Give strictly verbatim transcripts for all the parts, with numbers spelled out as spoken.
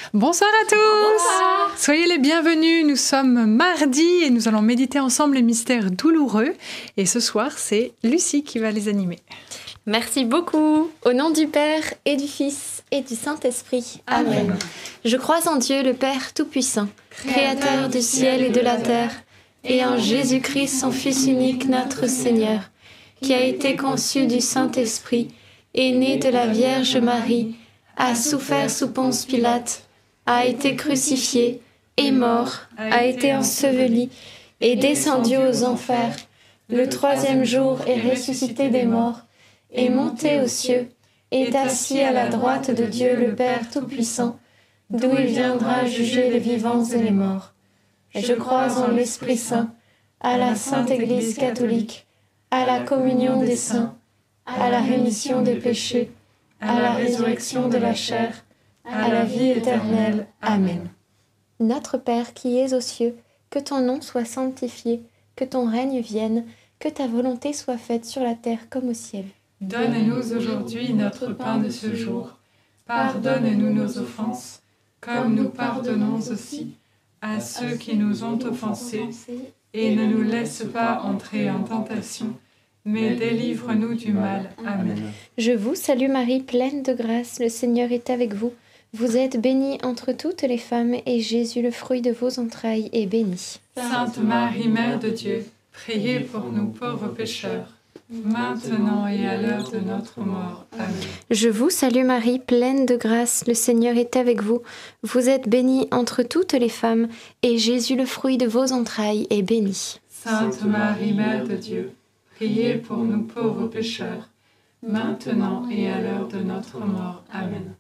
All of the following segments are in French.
Bonsoir à tous. Bonsoir. Soyez les bienvenus, nous sommes mardi et nous allons méditer ensemble les mystères douloureux. Et ce soir, c'est Lucie qui va les animer. Merci beaucoup. Au nom du Père et du Fils et du Saint-Esprit. Amen. Amen. Je crois en Dieu, le Père Tout-Puissant, Créateur du ciel et de la terre, et en Jésus-Christ, son Fils unique, notre Seigneur, qui a été conçu du Saint-Esprit, est né de la Vierge Marie, a souffert sous Ponce Pilate, a été crucifié, est mort, a été enseveli, est descendu aux enfers, le troisième jour est ressuscité des morts, est monté aux cieux, est assis à la droite de Dieu le Père Tout-Puissant, d'où il viendra juger les vivants et les morts. Je crois en l'Esprit Saint, à la Sainte Église catholique, à la communion des saints, à la rémission des péchés, à la résurrection de la chair, à la vie éternelle. Amen. Notre Père qui es aux cieux, que ton nom soit sanctifié, que ton règne vienne, que ta volonté soit faite sur la terre comme au ciel. Donne-nous aujourd'hui notre pain de ce jour. Pardonne-nous nos offenses, comme nous pardonnons aussi à ceux qui nous ont offensés, et ne nous laisse pas entrer en tentation, mais délivre-nous du mal. Amen. Je vous salue Marie, pleine de grâce, le Seigneur est avec vous. Vous êtes bénie entre toutes les femmes, et Jésus, le fruit de vos entrailles, est béni. Sainte Marie, Mère de Dieu, priez pour nous pauvres pécheurs, maintenant et à l'heure de notre mort. Amen. Je vous salue Marie, pleine de grâce, le Seigneur est avec vous. Vous êtes bénie entre toutes les femmes, et Jésus, le fruit de vos entrailles, est béni. Sainte Marie, Mère de Dieu, priez pour nous pauvres pécheurs, maintenant et à l'heure de notre mort. Amen.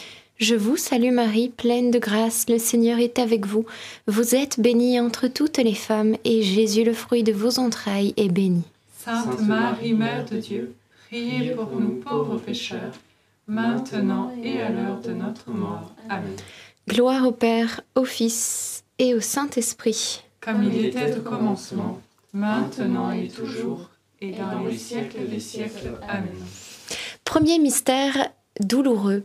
Je vous salue Marie, pleine de grâce, le Seigneur est avec vous. Vous êtes bénie entre toutes les femmes, et Jésus, le fruit de vos entrailles, est béni. Sainte Marie, Mère de Dieu, priez pour nous pauvres pécheurs, maintenant et à l'heure de notre mort. Amen. Gloire au Père, au Fils et au Saint-Esprit. Comme il était au commencement, maintenant et toujours, et dans les siècles des siècles. Amen. Premier mystère douloureux,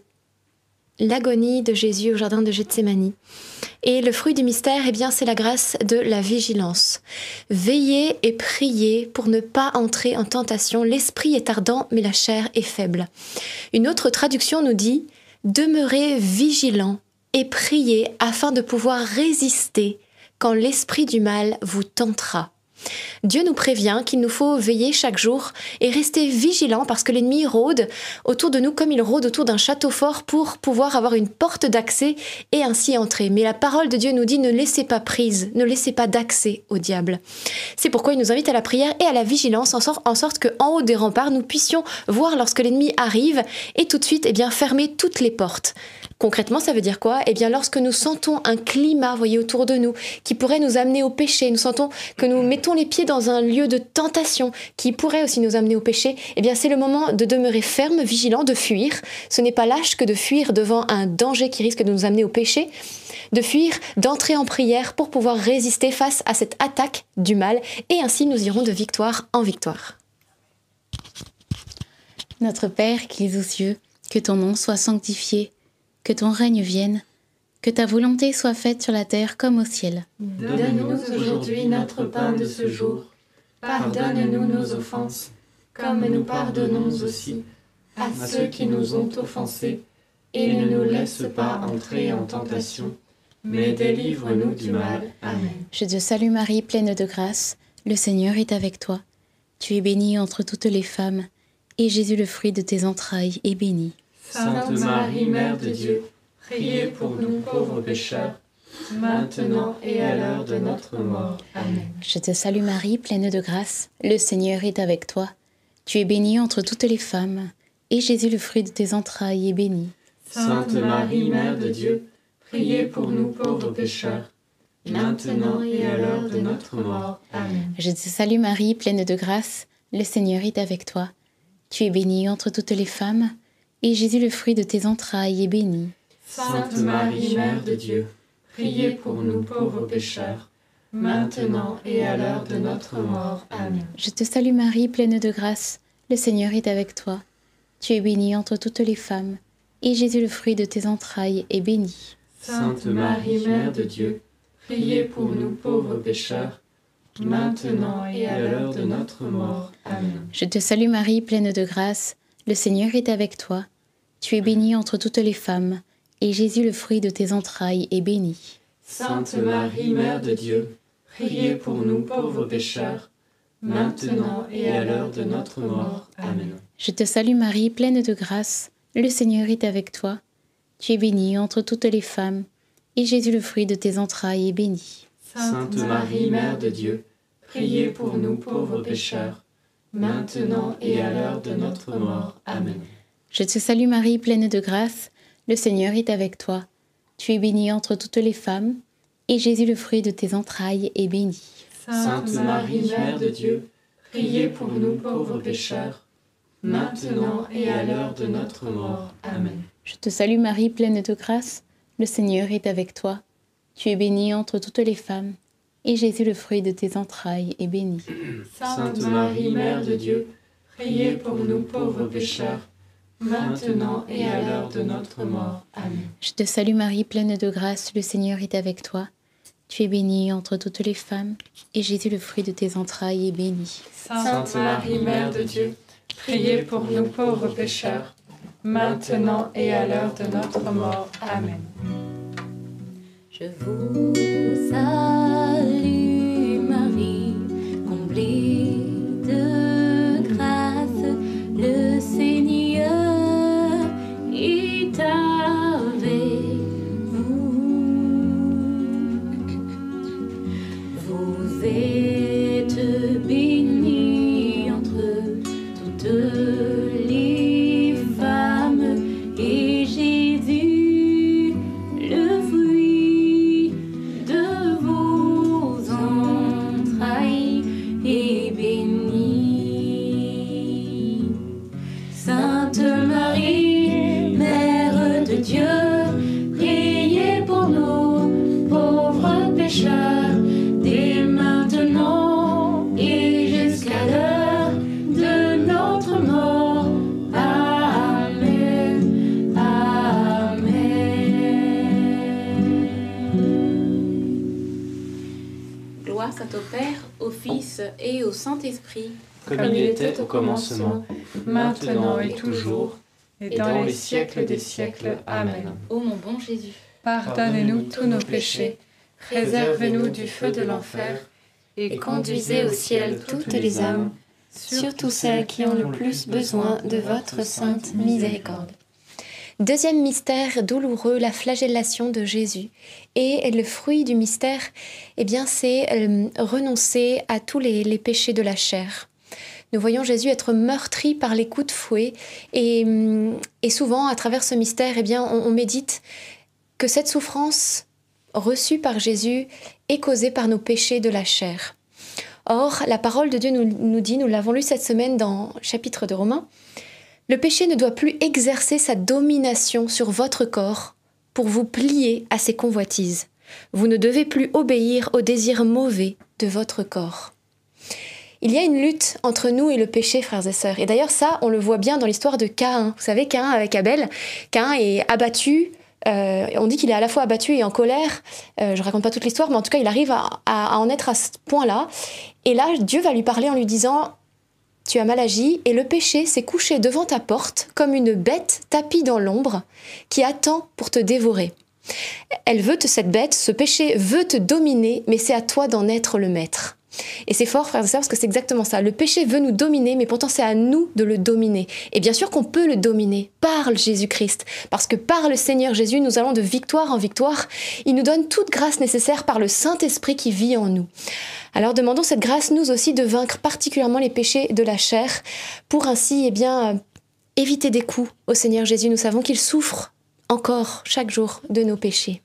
l'agonie de Jésus au jardin de Gethsémani. Et le fruit du mystère, eh bien, c'est la grâce de la vigilance. Veillez et priez pour ne pas entrer en tentation. L'esprit est ardent, mais la chair est faible. Une autre traduction nous dit « Demeurez vigilants et priez afin de pouvoir résister quand l'esprit du mal vous tentera. » Dieu nous prévient qu'il nous faut veiller chaque jour et rester vigilants parce que l'ennemi rôde autour de nous comme il rôde autour d'un château fort pour pouvoir avoir une porte d'accès et ainsi entrer. Mais la parole de Dieu nous dit ne laissez pas prise, ne laissez pas d'accès au diable. C'est pourquoi il nous invite à la prière et à la vigilance en sorte, en sorte qu'en haut des remparts, nous puissions voir lorsque l'ennemi arrive et tout de suite eh bien, fermer toutes les portes. Concrètement, ça veut dire quoi ? Eh bien, lorsque nous sentons un climat, voyez, autour de nous, qui pourrait nous amener au péché, nous sentons que nous mettons les pieds dans un lieu de tentation qui pourrait aussi nous amener au péché, eh bien, c'est le moment de demeurer ferme, vigilant, de fuir. Ce n'est pas lâche que de fuir devant un danger qui risque de nous amener au péché, de fuir, d'entrer en prière pour pouvoir résister face à cette attaque du mal, et ainsi nous irons de victoire en victoire. Notre Père qui es aux cieux, que ton nom soit sanctifié, que ton règne vienne, que ta volonté soit faite sur la terre comme au ciel. Donne-nous aujourd'hui notre pain de ce jour. Pardonne-nous nos offenses, comme nous pardonnons aussi à ceux qui nous ont offensés. Et ne nous laisse pas entrer en tentation, mais délivre-nous du mal. Amen. Je te salue Marie, pleine de grâce, le Seigneur est avec toi. Tu es bénie entre toutes les femmes, et Jésus, le fruit de tes entrailles, est béni. Sainte Marie, Mère de Dieu, priez pour nous pauvres pécheurs, maintenant et à l'heure de notre mort. Amen. Je te salue Marie, pleine de grâce, le Seigneur est avec toi. Tu es bénie entre toutes les femmes, et Jésus, le fruit de tes entrailles, est béni. Sainte Marie, Mère de Dieu, priez pour nous pauvres pécheurs, maintenant et à l'heure de notre mort. Amen. Je te salue Marie, pleine de grâce, le Seigneur est avec toi. Tu es bénie entre toutes les femmes, et Jésus, le fruit de tes entrailles, est béni. Sainte Marie, Mère de Dieu, priez pour nous pauvres pécheurs, maintenant et à l'heure de notre mort. Amen. Je te salue Marie, pleine de grâce, le Seigneur est avec toi. Tu es bénie entre toutes les femmes, et Jésus, le fruit de tes entrailles, est béni. Sainte Marie, Mère de Dieu, priez pour nous pauvres pécheurs, maintenant et à l'heure de notre mort. Amen. Je te salue Marie, pleine de grâce, le Seigneur est avec toi. Tu es bénie entre toutes les femmes, et Jésus, le fruit de tes entrailles, est béni. Sainte Marie, Mère de Dieu, priez pour nous pauvres pécheurs, maintenant et à l'heure de notre mort. Amen. Je te salue Marie, pleine de grâce, le Seigneur est avec toi. Tu es bénie entre toutes les femmes, et Jésus, le fruit de tes entrailles, est béni. Sainte Marie, Mère de Dieu, priez pour nous pauvres pécheurs, maintenant et à l'heure de notre mort. Amen. Je te salue Marie, pleine de grâce, le Seigneur est avec toi. Tu es bénie entre toutes les femmes, et Jésus, le fruit de tes entrailles, est béni. Sainte Marie, Mère de Dieu, priez pour nous pauvres pécheurs, maintenant et à l'heure de notre mort. Amen. Je te salue Marie, pleine de grâce, le Seigneur est avec toi. Tu es bénie entre toutes les femmes, et Jésus, le fruit de tes entrailles, est béni. Sainte Marie, Mère de Dieu, priez pour nous pauvres pécheurs, maintenant et à l'heure de notre mort. Amen. Je te salue Marie, pleine de grâce, le Seigneur est avec toi. Tu es bénie entre toutes les femmes, et Jésus, le fruit de tes entrailles, est béni. Sainte Marie, Mère de Dieu, priez pour nous pauvres pécheurs, maintenant et à l'heure de notre mort. Amen. Je vous salue Marie, comblée de grâce, le Seigneur est avec vous. Vous êtes bénie entre toutes les femmes, et Jésus, le fruit de vos entrailles, est béni. Sainte Marie, Mère de Dieu, priez pour nous, pauvres pécheurs, dès maintenant et jusqu'à l'heure de notre mort. Amen. Amen. Gloire soit au Père, au Fils et au Saint-Esprit, Comme il était au commencement, maintenant et toujours, et dans les siècles des siècles. Amen. Ô mon bon Jésus, Pardonnez-nous tous nos péchés, préservez-nous du feu de l'enfer, et Conduisez au ciel toutes les âmes, surtout celles qui ont le plus besoin de votre sainte miséricorde. Deuxième mystère douloureux, la flagellation de Jésus. Et le fruit du mystère, eh bien, c'est euh, renoncer à tous les, les péchés de la chair. Nous voyons Jésus être meurtri par les coups de fouet. Et, et souvent, à travers ce mystère, eh bien, on, on médite que cette souffrance reçue par Jésus est causée par nos péchés de la chair. Or, la parole de Dieu nous, nous dit, nous l'avons lu cette semaine dans le chapitre de Romains, le péché ne doit plus exercer sa domination sur votre corps pour vous plier à ses convoitises. Vous ne devez plus obéir aux désirs mauvais de votre corps. Il y a une lutte entre nous et le péché, frères et sœurs. Et d'ailleurs, ça, on le voit bien dans l'histoire de Caïn. Vous savez, Caïn avec Abel, Caïn est abattu. Euh, on dit qu'il est à la fois abattu et en colère. Euh, je raconte pas toute l'histoire, mais en tout cas, il arrive à, à, à en être à ce point-là. Et là, Dieu va lui parler en lui disant « Tu as mal agi, et le péché s'est couché devant ta porte comme une bête tapie dans l'ombre qui attend pour te dévorer. Elle veut te, cette bête, ce péché veut te dominer, mais c'est à toi d'en être le maître. » Et c'est fort, frères et sœurs, parce que c'est exactement ça. Le péché veut nous dominer, mais pourtant c'est à nous de le dominer. Et bien sûr qu'on peut le dominer par Jésus-Christ, parce que par le Seigneur Jésus, nous allons de victoire en victoire. Il nous donne toute grâce nécessaire par le Saint-Esprit qui vit en nous. Alors demandons cette grâce, nous aussi, de vaincre particulièrement les péchés de la chair, pour ainsi, eh bien, éviter des coups au Seigneur Jésus. Nous savons qu'il souffre encore chaque jour de nos péchés.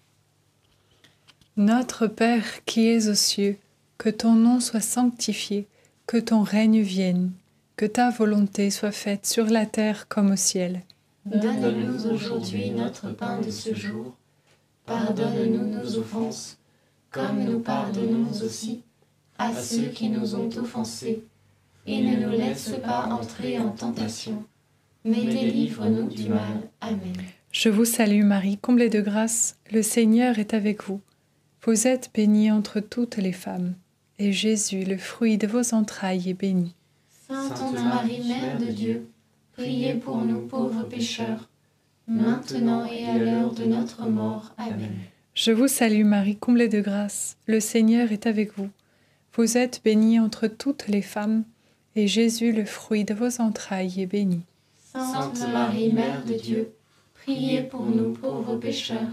Notre Père qui es aux cieux, que ton nom soit sanctifié, que ton règne vienne, que ta volonté soit faite sur la terre comme au ciel. Donne-nous aujourd'hui notre pain de ce jour. Pardonne-nous nos offenses, comme nous pardonnons aussi à ceux qui nous ont offensés. Et ne nous laisse pas entrer en tentation, mais délivre-nous du mal. Amen. Je vous salue Marie, comblée de grâce, le Seigneur est avec vous. Vous êtes bénie entre toutes les femmes, et Jésus, le fruit de vos entrailles, est béni. Sainte Marie, Mère de Dieu, priez pour nous pauvres pécheurs, maintenant et à l'heure de notre mort. Amen. Je vous salue Marie, comblée de grâce, le Seigneur est avec vous. Vous êtes bénie entre toutes les femmes, et Jésus, le fruit de vos entrailles, est béni. Sainte Marie, Mère de Dieu, priez pour nous pauvres pécheurs,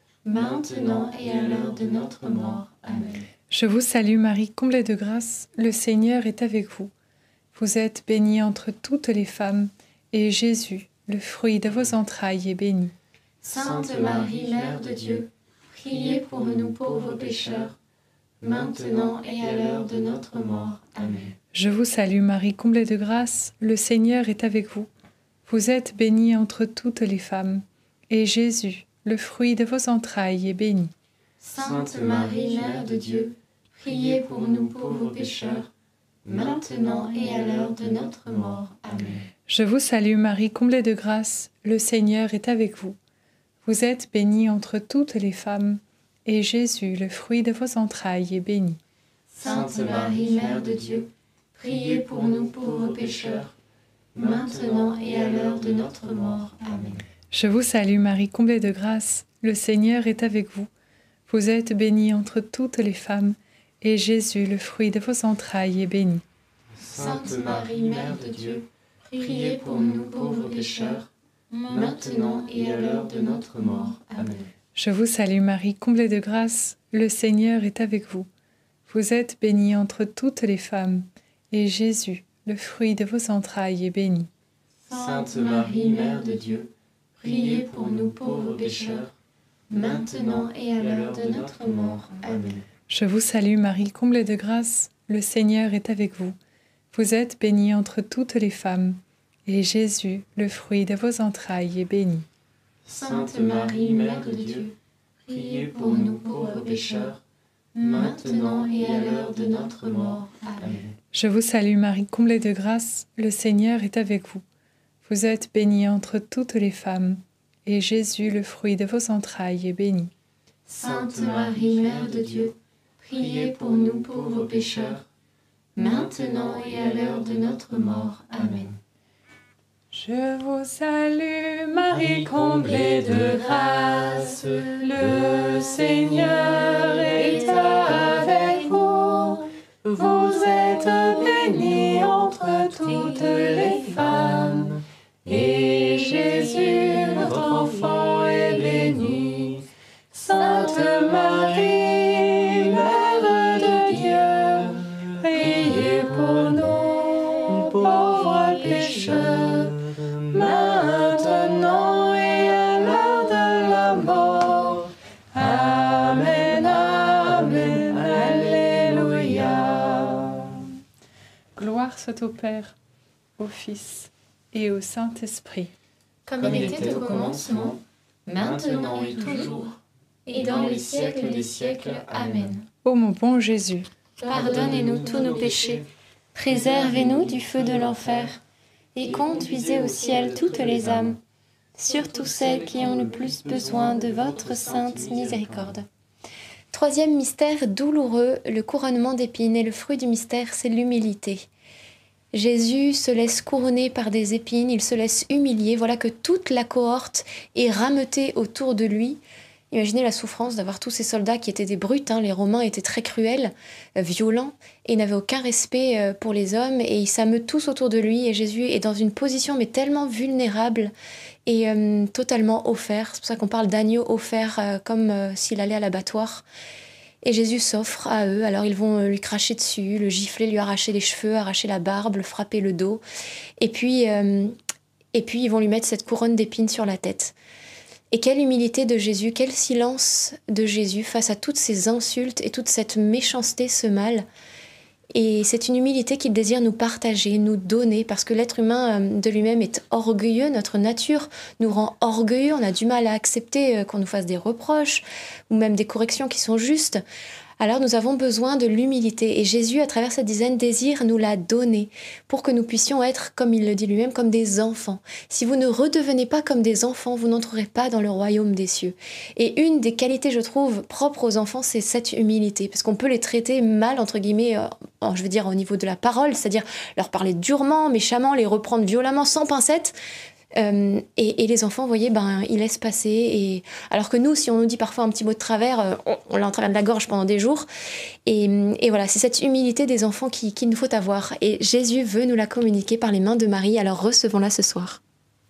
maintenant et à l'heure de notre mort. Amen. Je vous salue Marie, comblée de grâce, le Seigneur est avec vous. Vous êtes bénie entre toutes les femmes, et Jésus, le fruit de vos entrailles, est béni. Sainte Marie, Mère de Dieu, priez pour nous pauvres pécheurs, maintenant et à l'heure de notre mort. Amen. Je vous salue Marie, comblée de grâce, le Seigneur est avec vous. Vous êtes bénie entre toutes les femmes, et Jésus, le fruit de vos entrailles, est béni. Sainte Marie, Mère de Dieu, priez pour nous pauvres pécheurs, maintenant et à l'heure de notre mort. Amen. Je vous salue Marie, comblée de grâce, le Seigneur est avec vous. Vous êtes bénie entre toutes les femmes, et Jésus, le fruit de vos entrailles, est béni. Sainte Marie, Mère de Dieu, priez pour nous pauvres pécheurs, maintenant et à l'heure de notre mort. Amen. Je vous salue Marie, comblée de grâce, le Seigneur est avec vous. Vous êtes bénie entre toutes les femmes, et Jésus, le fruit de vos entrailles, est béni. Sainte Marie, Mère de Dieu, priez pour nous pauvres pécheurs, maintenant et à l'heure de notre mort. Amen. Je vous salue Marie, comblée de grâce, le Seigneur est avec vous. Vous êtes bénie entre toutes les femmes, et Jésus, le fruit de vos entrailles, est béni. Sainte Marie, Mère de Dieu, priez pour nous pauvres pécheurs, maintenant et à l'heure de notre mort. Amen. Je vous salue Marie, comblée de grâce, le Seigneur est avec vous. Vous êtes bénie entre toutes les femmes, et Jésus, le fruit de vos entrailles, est béni. Sainte Marie, Mère de Dieu, priez pour nous pauvres pécheurs, maintenant et à l'heure de notre mort. Amen. Je vous salue Marie, comblée de grâce, le Seigneur est avec vous. Vous êtes bénie entre toutes les femmes, et Jésus, le fruit de vos entrailles, est béni. Sainte Marie, Mère de Dieu, priez pour nous pauvres pécheurs, maintenant et à l'heure de notre mort. Amen. Je vous salue, Marie comblée de grâce, le Seigneur est avec vous. Vous êtes bénie entre toutes les femmes, et Jésus, votre enfant, est béni. Sainte Marie, Mère de Dieu, priez pour nous, pauvres pécheurs, maintenant et à l'heure de la mort. Amen, amen, alléluia. Gloire soit au Père, au Fils et au Saint-Esprit. Comme il était au commencement, maintenant et toujours, et dans les siècles des siècles. Amen. Ô mon bon Jésus, Pardonnez-nous tous nos péchés, préservez-nous du feu de l'enfer, et conduisez au ciel toutes les âmes, surtout celles qui ont le plus besoin de votre sainte miséricorde. Troisième mystère douloureux, le couronnement d'épines. Et le fruit du mystère, c'est l'humilité. Jésus se laisse couronner par des épines, il se laisse humilier. Voilà que toute la cohorte est rameutée autour de lui. Imaginez la souffrance d'avoir tous ces soldats qui étaient des brutes. Hein. Les Romains étaient très cruels, euh, violents, et n'avaient aucun respect euh, pour les hommes. Et ils s'ameutent tous autour de lui. Et Jésus est dans une position mais tellement vulnérable et euh, totalement offert. C'est pour ça qu'on parle d'agneau offert, euh, comme euh, s'il allait à l'abattoir. Et Jésus s'offre à eux. Alors ils vont lui cracher dessus, le gifler, lui arracher les cheveux, arracher la barbe, le frapper le dos. Et puis, euh, et puis ils vont lui mettre cette couronne d'épines sur la tête. Et quelle humilité de Jésus, quel silence de Jésus face à toutes ces insultes et toute cette méchanceté, ce mal. Et c'est une humilité qu'il désire nous partager, nous donner, parce que l'être humain de lui-même est orgueilleux, notre nature nous rend orgueilleux, on a du mal à accepter qu'on nous fasse des reproches ou même des corrections qui sont justes. Alors nous avons besoin de l'humilité et Jésus, à travers cette dizaine, désire nous la donner pour que nous puissions être, comme il le dit lui-même, comme des enfants. Si vous ne redevenez pas comme des enfants, vous n'entrerez pas dans le royaume des cieux. Et une des qualités, je trouve, propres aux enfants, c'est cette humilité, parce qu'on peut les traiter mal, entre guillemets, euh, je veux dire au niveau de la parole, c'est-à-dire leur parler durement, méchamment, les reprendre violemment, sans pincettes. Euh, et, et les enfants, vous voyez, ben, ils laissent passer. Et... Alors que nous, si on nous dit parfois un petit mot de travers, euh, on, on l'a en travers de la gorge pendant des jours. Et, et voilà, c'est cette humilité des enfants qui, qu'il nous faut avoir. Et Jésus veut nous la communiquer par les mains de Marie, alors recevons-la ce soir.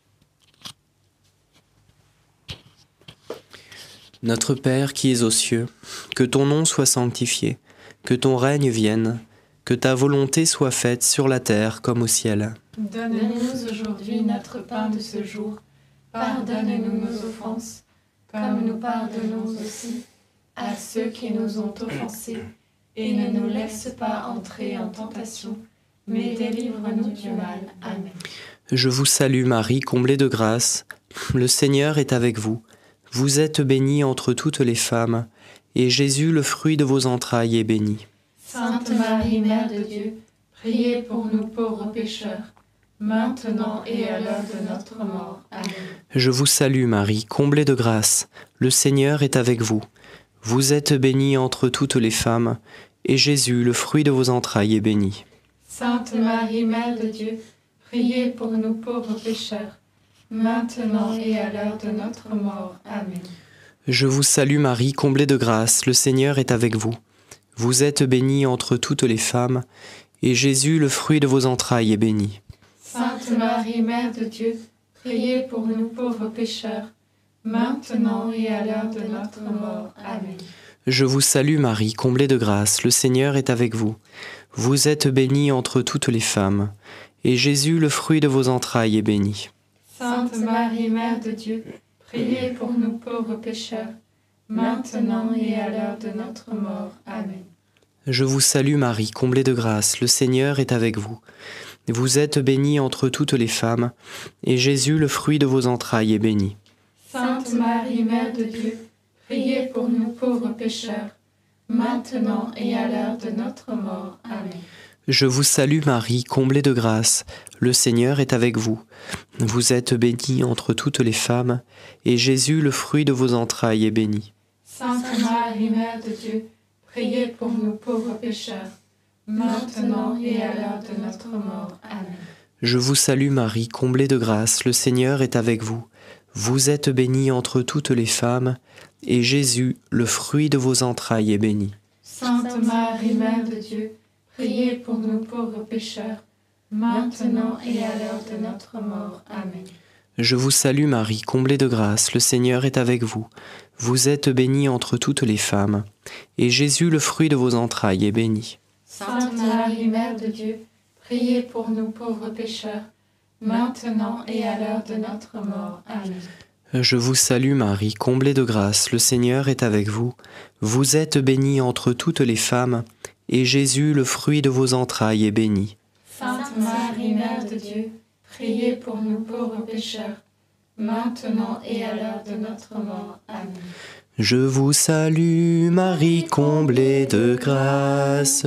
Notre Père qui es aux cieux, que ton nom soit sanctifié, que ton règne vienne, que ta volonté soit faite sur la terre comme au ciel. Donne-nous aujourd'hui notre pain de ce jour. Pardonne-nous nos offenses, comme nous pardonnons aussi à ceux qui nous ont offensés. Et ne nous laisse pas entrer en tentation, mais délivre-nous du mal. Amen. Je vous salue Marie, comblée de grâce. Le Seigneur est avec vous. Vous êtes bénie entre toutes les femmes, et Jésus, le fruit de vos entrailles, est béni. Sainte Marie, Mère de Dieu, priez pour nous pauvres pécheurs, maintenant et à l'heure de notre mort. Amen. Je vous salue Marie, comblée de grâce. Le Seigneur est avec vous. Vous êtes bénie entre toutes les femmes, et Jésus, le fruit de vos entrailles, est béni. Sainte Marie, Mère de Dieu, priez pour nous pauvres pécheurs, maintenant et à l'heure de notre mort. Amen. Je vous salue Marie, comblée de grâce. Le Seigneur est avec vous. Vous êtes bénie entre toutes les femmes, et Jésus, le fruit de vos entrailles, est béni. Sainte Marie, Mère de Dieu, priez pour nous pauvres pécheurs, maintenant et à l'heure de notre mort. Amen. Je vous salue Marie, comblée de grâce. Le Seigneur est avec vous. Vous êtes bénie entre toutes les femmes, et Jésus, le fruit de vos entrailles, est béni. Sainte Marie, Mère de Dieu, priez pour nous pauvres pécheurs, maintenant et à l'heure de notre mort. Amen. Je vous salue Marie, comblée de grâce. Le Seigneur est avec vous. Vous êtes bénie entre toutes les femmes, et Jésus, le fruit de vos entrailles, est béni. Sainte Marie, Mère de Dieu, priez pour nous pauvres pécheurs, maintenant et à l'heure de notre mort. Amen. Je vous salue Marie, comblée de grâce. Le Seigneur est avec vous. Vous êtes bénie entre toutes les femmes, et Jésus, le fruit de vos entrailles, est béni. Sainte Marie, Mère de Dieu, priez pour nous pauvres pécheurs, maintenant et à l'heure de notre mort. Amen. Je vous salue Marie, comblée de grâce. Le Seigneur est avec vous. Vous êtes bénie entre toutes les femmes, et Jésus, le fruit de vos entrailles, est béni. Sainte Marie, Mère de Dieu, priez pour nous pauvres pécheurs, maintenant et à l'heure de notre mort. Amen. Je vous salue Marie, comblée de grâce. Le Seigneur est avec vous. Vous êtes bénie entre toutes les femmes, et Jésus, le fruit de vos entrailles, est béni. Sainte Marie, Mère de Dieu, priez pour nous pauvres pécheurs, maintenant et à l'heure de notre mort. Amen. Je vous salue Marie, comblée de grâce. Le Seigneur est avec vous. Vous êtes bénie entre toutes les femmes, et Jésus, le fruit de vos entrailles, est béni. Sainte Marie, Mère de Dieu, priez pour nous pauvres pécheurs, maintenant et à l'heure de notre mort. Amen. Je vous salue Marie, comblée de grâce.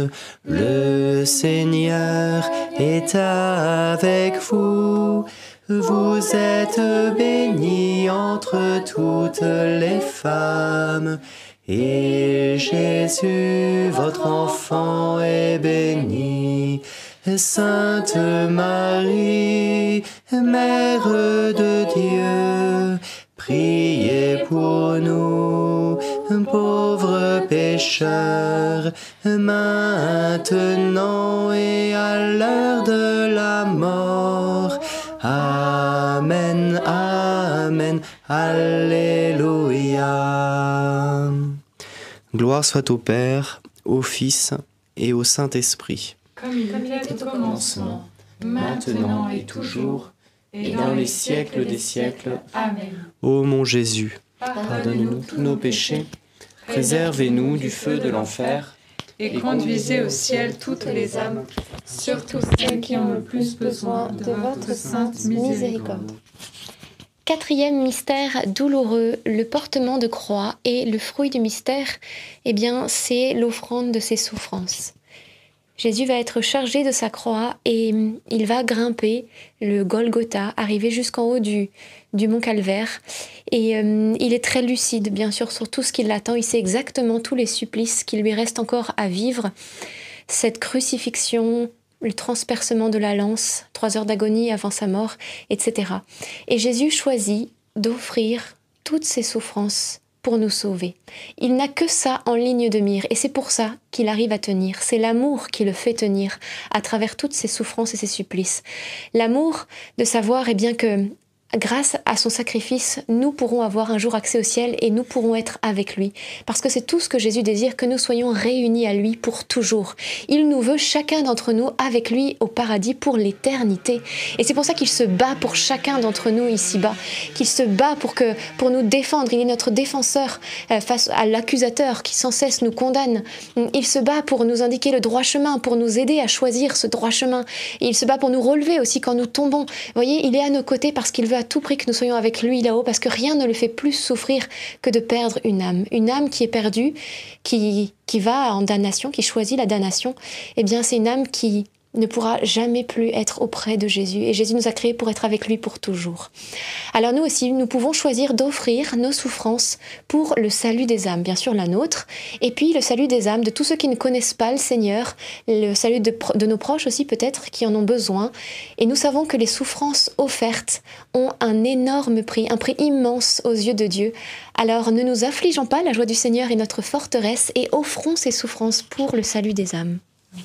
Le Seigneur est avec vous. Vous êtes bénie entre toutes les femmes, et Jésus, votre enfant, est béni. Sainte Marie, Mère de Dieu, priez pour nous, pauvres pécheurs, maintenant et à l'heure de la mort. Amen, amen, alléluia. Gloire soit au Père, au Fils et au Saint-Esprit. Comme il était au commencement, maintenant et toujours, et dans les siècles des siècles. Amen. Ô mon Jésus, pardonne-nous tous nos péchés, préservez-nous du feu de l'enfer, et conduisez au ciel toutes les âmes, surtout celles qui ont le plus besoin de votre sainte miséricorde. quatrième mystère douloureux, le portement de croix, et le fruit du mystère, eh bien, c'est l'offrande de ses souffrances. Jésus va être chargé de sa croix et il va grimper le Golgotha, arriver jusqu'en haut du, du mont Calvaire. Et euh, il est très lucide, bien sûr, sur tout ce qui l'attend. Il sait exactement tous les supplices qu'il lui reste encore à vivre. Cette crucifixion, le transpercement de la lance, trois heures d'agonie avant sa mort, et cetera. Et Jésus choisit d'offrir toutes ses souffrances pour nous sauver. Il n'a que ça en ligne de mire et c'est pour ça qu'il arrive à tenir. C'est l'amour qui le fait tenir à travers toutes ses souffrances et ses supplices. L'amour de savoir eh bien que grâce à son sacrifice, nous pourrons avoir un jour accès au ciel et nous pourrons être avec lui. Parce que c'est tout ce que Jésus désire, que nous soyons réunis à lui pour toujours. Il nous veut chacun d'entre nous avec lui au paradis pour l'éternité. Et c'est pour ça qu'il se bat pour chacun d'entre nous ici-bas, qu'il se bat pour, que, pour nous défendre. Il est notre défenseur euh, face à l'accusateur qui sans cesse nous condamne. Il se bat pour nous indiquer le droit chemin, pour nous aider à choisir ce droit chemin. Et il se bat pour nous relever aussi quand nous tombons. Vous voyez, il est à nos côtés parce qu'il veut à tout prix que nous soyons avec lui là-haut, parce que rien ne le fait plus souffrir que de perdre une âme. Une âme qui est perdue, qui, qui va en damnation, qui choisit la damnation, eh bien c'est une âme qui ne pourra jamais plus être auprès de Jésus. Et Jésus nous a créés pour être avec lui pour toujours. Alors nous aussi, nous pouvons choisir d'offrir nos souffrances pour le salut des âmes, bien sûr la nôtre, et puis le salut des âmes de tous ceux qui ne connaissent pas le Seigneur, le salut de, de nos proches aussi peut-être, qui en ont besoin. Et nous savons que les souffrances offertes ont un énorme prix, un prix immense aux yeux de Dieu. Alors ne nous affligeons pas, la joie du Seigneur est notre forteresse, et offrons ces souffrances pour le salut des âmes.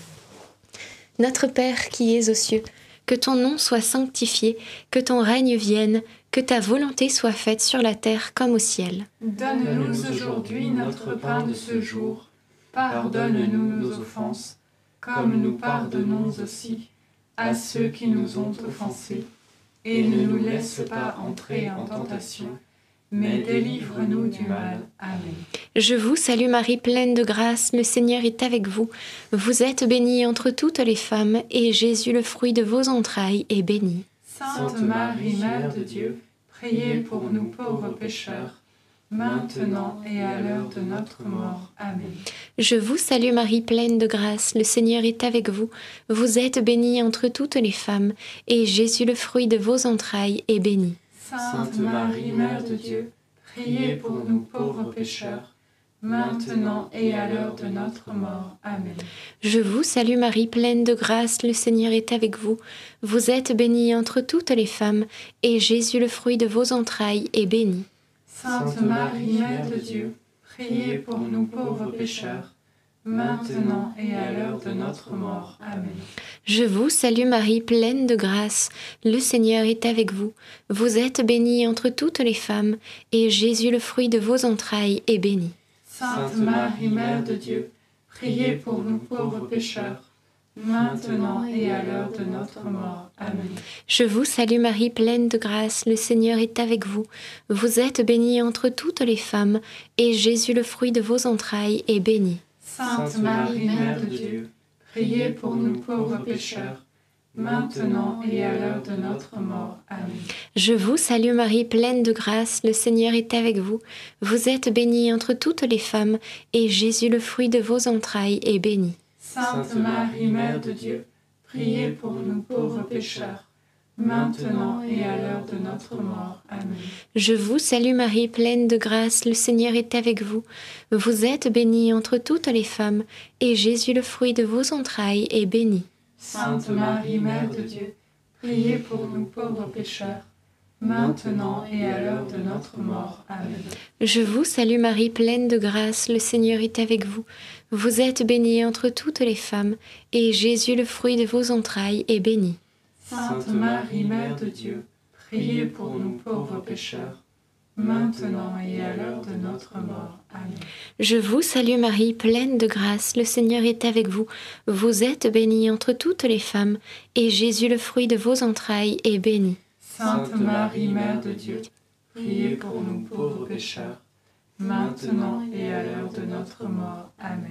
Notre Père qui es aux cieux, que ton nom soit sanctifié, que ton règne vienne, que ta volonté soit faite sur la terre comme au ciel. Donne-nous aujourd'hui notre pain de ce jour. Pardonne-nous nos offenses, comme nous pardonnons aussi à ceux qui nous ont offensés. Et ne nous laisse pas entrer en tentation, mais délivre-nous du mal. Amen. Je vous salue Marie, pleine de grâce, le Seigneur est avec vous. Vous êtes bénie entre toutes les femmes, et Jésus, le fruit de vos entrailles, est béni. Sainte Marie, Mère de Dieu, priez pour nous pauvres pécheurs, maintenant et à l'heure de notre mort. Amen. Je vous salue Marie, pleine de grâce, le Seigneur est avec vous. Vous êtes bénie entre toutes les femmes, et Jésus, le fruit de vos entrailles, est béni. Sainte Marie, Mère de Dieu, priez pour nous pauvres pécheurs, maintenant et à l'heure de notre mort. Amen. Je vous salue Marie, pleine de grâce, le Seigneur est avec vous. Vous êtes bénie entre toutes les femmes, et Jésus, le fruit de vos entrailles, est béni. Sainte Marie, Mère de Dieu, priez pour nous pauvres pécheurs, maintenant et à l'heure de notre mort. Amen. Je vous salue Marie, pleine de grâce, le Seigneur est avec vous. Vous êtes bénie entre toutes les femmes, et Jésus, le fruit de vos entrailles, est béni. Sainte Marie, Mère de Dieu, priez pour nous pauvres pécheurs, maintenant et à l'heure de notre mort. Amen. Je vous salue Marie, pleine de grâce, le Seigneur est avec vous. Vous êtes bénie entre toutes les femmes, et Jésus, le fruit de vos entrailles, est béni. Sainte Marie, Mère de Dieu, priez pour nous pauvres pécheurs, maintenant et à l'heure de notre mort. Amen. Je vous salue Marie, pleine de grâce, le Seigneur est avec vous. Vous êtes bénie entre toutes les femmes, et Jésus, le fruit de vos entrailles, est béni. Sainte Marie, Mère de Dieu, priez pour nous pauvres pécheurs, maintenant et à l'heure de notre mort. Amen. Je vous salue Marie, pleine de grâce, le Seigneur est avec vous. Vous êtes bénie entre toutes les femmes, et Jésus, le fruit de vos entrailles, est béni. Sainte Marie, Mère de Dieu, priez pour nous pauvres pécheurs, maintenant et à l'heure de notre mort. Amen. Je vous salue Marie, pleine de grâce, le Seigneur est avec vous. Vous êtes bénie entre toutes les femmes, et Jésus, le fruit de vos entrailles, est béni. Sainte Marie, Mère de Dieu, priez pour nous pauvres pécheurs, maintenant et à l'heure de notre mort. Amen. Je vous salue Marie, pleine de grâce, le Seigneur est avec vous. Vous êtes bénie entre toutes les femmes, et Jésus, le fruit de vos entrailles, est béni. Sainte Marie, Mère de Dieu, priez pour nous pauvres pécheurs, maintenant et à l'heure de notre mort. Amen.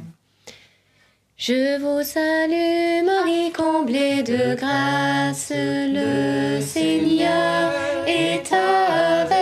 Je vous salue Marie, comblée de grâce, le Seigneur est avec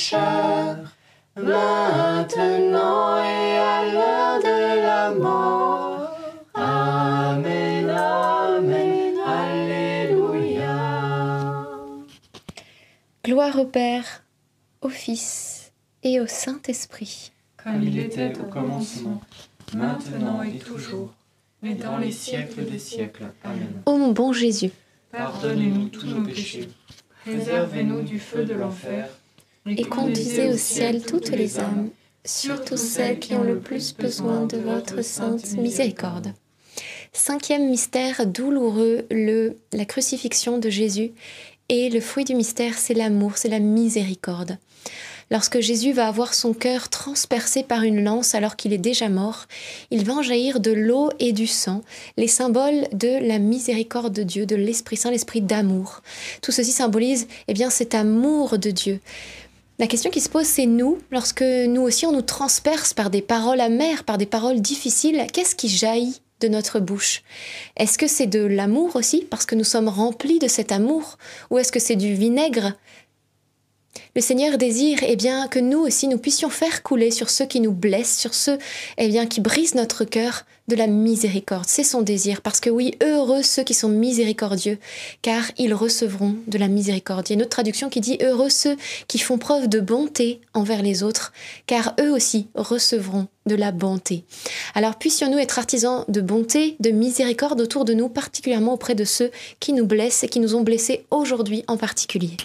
pécheurs, maintenant et à l'heure de la mort. Amen, amen, alléluia. Gloire au Père, au Fils et au Saint-Esprit. Comme il était au commencement, maintenant et toujours, et dans les siècles des siècles. Amen. Ô mon bon Jésus, pardonnez-nous tous nos péchés, préservez-nous du feu de l'enfer, et conduisez au ciel toutes les âmes, surtout celles qui ont le plus besoin de votre sainte miséricorde. Cinquième mystère douloureux, le, la crucifixion de Jésus. Et le fruit du mystère, c'est l'amour, c'est la miséricorde. Lorsque Jésus va avoir son cœur transpercé par une lance alors qu'il est déjà mort, il va en jaillir de l'eau et du sang, les symboles de la miséricorde de Dieu, de l'Esprit Saint, l'Esprit d'amour. Tout ceci symbolise eh bien, cet amour de Dieu. La question qui se pose, c'est nous, lorsque nous aussi on nous transperce par des paroles amères, par des paroles difficiles, qu'est-ce qui jaillit de notre bouche? Est-ce que c'est de l'amour aussi, parce que nous sommes remplis de cet amour? Ou est-ce que c'est du vinaigre? Le Seigneur désire eh bien, que nous aussi, nous puissions faire couler sur ceux qui nous blessent, sur ceux eh bien, qui brisent notre cœur, de la miséricorde. C'est son désir, parce que oui, heureux ceux qui sont miséricordieux, car ils recevront de la miséricorde. Il y a une autre traduction qui dit « Heureux ceux qui font preuve de bonté envers les autres, car eux aussi recevront de la bonté. » Alors puissions-nous être artisans de bonté, de miséricorde autour de nous, particulièrement auprès de ceux qui nous blessent et qui nous ont blessés aujourd'hui en particulier.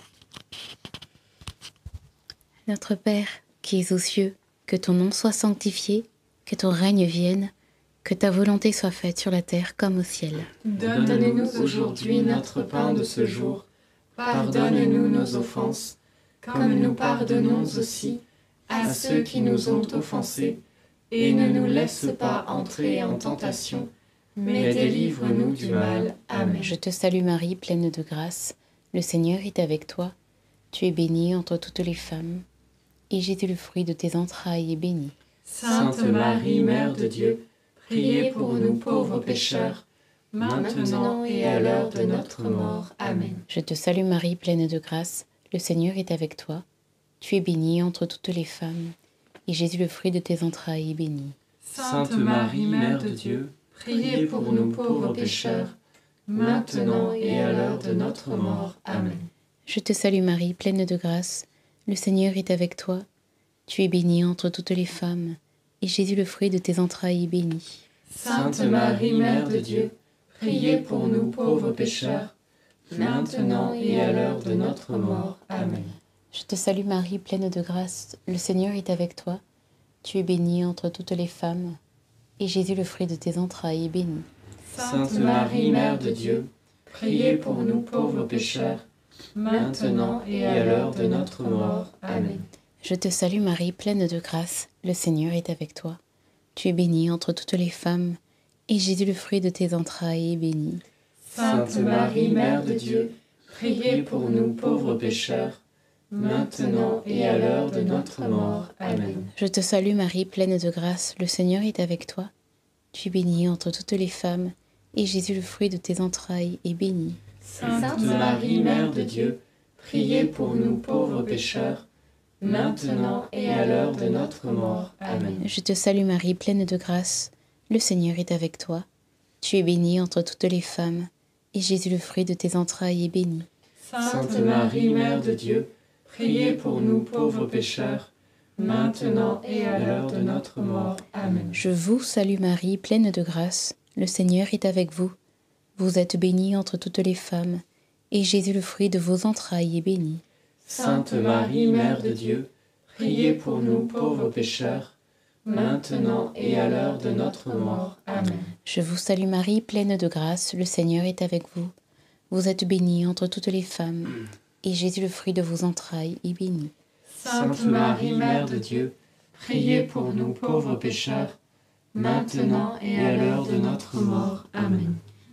Notre Père, qui es aux cieux, que ton nom soit sanctifié, que ton règne vienne, que ta volonté soit faite sur la terre comme au ciel. Donne-nous aujourd'hui notre pain de ce jour. Pardonne-nous nos offenses, comme nous pardonnons aussi à ceux qui nous ont offensés. Et ne nous laisse pas entrer en tentation, mais délivre-nous du mal. Amen. Je te salue Marie, pleine de grâce. Le Seigneur est avec toi. Tu es bénie entre toutes les femmes, et Jésus, le fruit de tes entrailles, est béni. Sainte Marie, Mère de Dieu, priez pour nous pauvres pécheurs, maintenant et à l'heure de notre mort. Amen. Je te salue Marie, pleine de grâce. Le Seigneur est avec toi. Tu es bénie entre toutes les femmes, et Jésus, le fruit de tes entrailles, est béni. Sainte Marie, Mère de Dieu, priez pour nous pauvres pécheurs, maintenant et à l'heure de notre mort. Amen. Je te salue Marie, pleine de grâce. Le Seigneur est avec toi. Tu es bénie entre toutes les femmes, et Jésus, le fruit de tes entrailles, est béni. Sainte Marie, Mère de Dieu, priez pour nous pauvres pécheurs, maintenant et à l'heure de notre mort. Amen. Je te salue Marie, pleine de grâce. Le Seigneur est avec toi. Tu es bénie entre toutes les femmes, et Jésus, le fruit de tes entrailles, est béni. Sainte Marie, Mère de Dieu, priez pour nous pauvres pécheurs, maintenant et à l'heure de notre mort. Amen. Je te salue Marie, pleine de grâce. Le Seigneur est avec toi. Tu es bénie entre toutes les femmes, et Jésus, le fruit de tes entrailles, est béni. Sainte Marie, Mère de Dieu, priez pour nous pauvres pécheurs, maintenant et à l'heure de notre mort. Amen. Je te salue Marie, pleine de grâce. Le Seigneur est avec toi. Tu es bénie entre toutes les femmes, et Jésus, le fruit de tes entrailles, est béni. Sainte Marie, Mère de Dieu, priez pour nous pauvres pécheurs, maintenant et à l'heure de notre mort. Amen. Je te salue Marie, pleine de grâce. Le Seigneur est avec toi. Tu es bénie entre toutes les femmes, et Jésus, le fruit de tes entrailles, est béni. Sainte Marie, Mère de Dieu, priez pour nous pauvres pécheurs, maintenant et à l'heure de notre mort. Amen. Je vous salue Marie, pleine de grâce. Le Seigneur est avec vous. Vous êtes bénie entre toutes les femmes, et Jésus, le fruit de vos entrailles, est béni. Sainte Marie, Mère de Dieu, priez pour nous pauvres pécheurs, maintenant et à l'heure de notre mort. Amen. Je vous salue Marie, pleine de grâce. Le Seigneur est avec vous. Vous êtes bénie entre toutes les femmes, et Jésus, le fruit de vos entrailles, est béni. Sainte Marie, Mère de Dieu, priez pour nous pauvres pécheurs, maintenant et à l'heure de notre mort. Amen.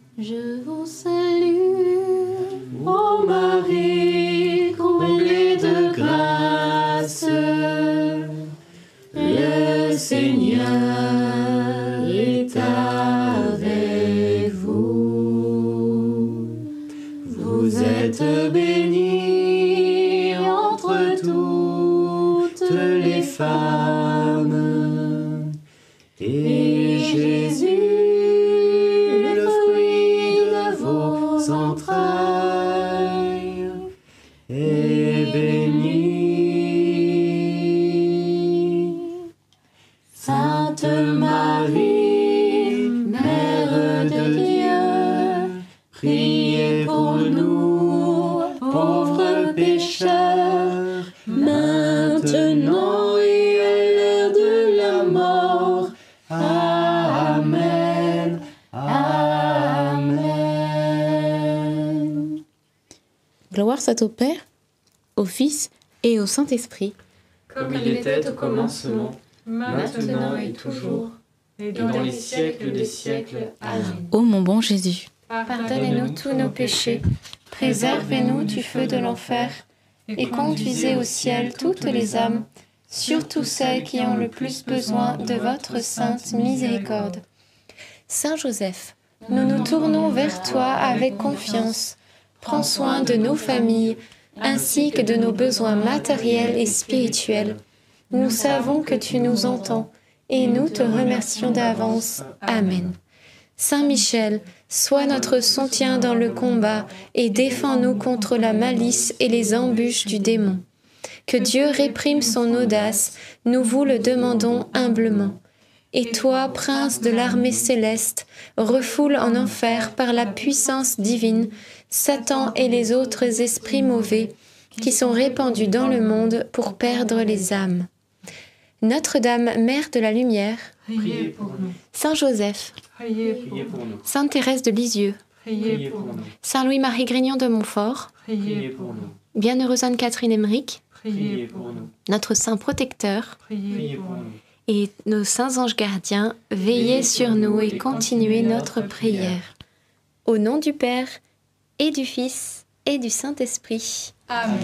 Je vous salue, ô Marie, comblée de grâce, le Seigneur est avec vous. Vous êtes bénie entre toutes femmes. Et Jésus, le fruit de vos entrailles, est béni. Sainte Marie, Mère de Dieu, priez pour nous, pauvres pécheurs, maintenant et à l'heure de la mort. Amen. Amen. Gloire soit au Père, au Fils et au Saint-Esprit. Comme il était au commencement, maintenant et toujours, et dans les siècles des siècles. Amen. Ô mon bon Jésus, Pardonnez-nous tous nos péchés, préservez-nous du feu de l'enfer, et conduisez au ciel toutes les âmes, surtout celles qui ont le plus besoin de votre sainte miséricorde. Saint Joseph, nous nous tournons vers toi avec confiance. Prends soin de nos familles, ainsi que de nos besoins matériels et spirituels. Nous savons que tu nous entends, et nous te remercions d'avance. Amen. Saint Michel, sois notre soutien dans le combat et défends-nous contre la malice et les embûches du démon. Que Dieu réprime son audace, nous vous le demandons humblement. Et toi, prince de l'armée céleste, refoule en enfer par la puissance divine Satan et les autres esprits mauvais qui sont répandus dans le monde pour perdre les âmes. Notre-Dame, Mère de la Lumière, Priez pour nous. Saint Joseph, Priez pour Priez nous. pour nous. Sainte Thérèse de Lisieux, Priez pour nous. Saint Louis-Marie Grignon de Montfort, Priez pour nous. Bienheureuse Anne-Catherine Emmerich, Priez pour nous. notre Saint protecteur, Priez pour nous. et nos saints anges gardiens, veillez sur nous et continuez notre prière. Au nom du Père, et du Fils, et du Saint-Esprit. Amen.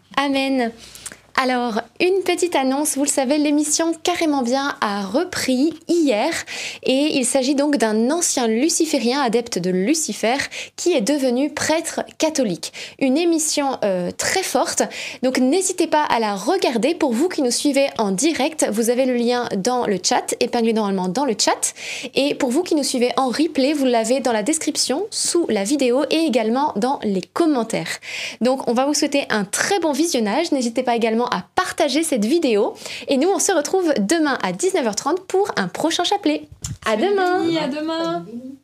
Amen. Alors, une petite annonce, vous le savez, l'émission Carrément Bien a repris hier et il s'agit donc d'un ancien luciférien adepte de Lucifer qui est devenu prêtre catholique. Une émission euh, très forte, donc n'hésitez pas à la regarder. Pour vous qui nous suivez en direct, vous avez le lien dans le chat, épinglé normalement dans le chat. Et pour vous qui nous suivez en replay, vous l'avez dans la description, sous la vidéo et également dans les commentaires. Donc on va vous souhaiter un très bon visionnage. N'hésitez pas également à partager cette vidéo. Et nous, on se retrouve demain à dix-neuf heures trente pour un prochain chapelet. À demain! À demain. Béni.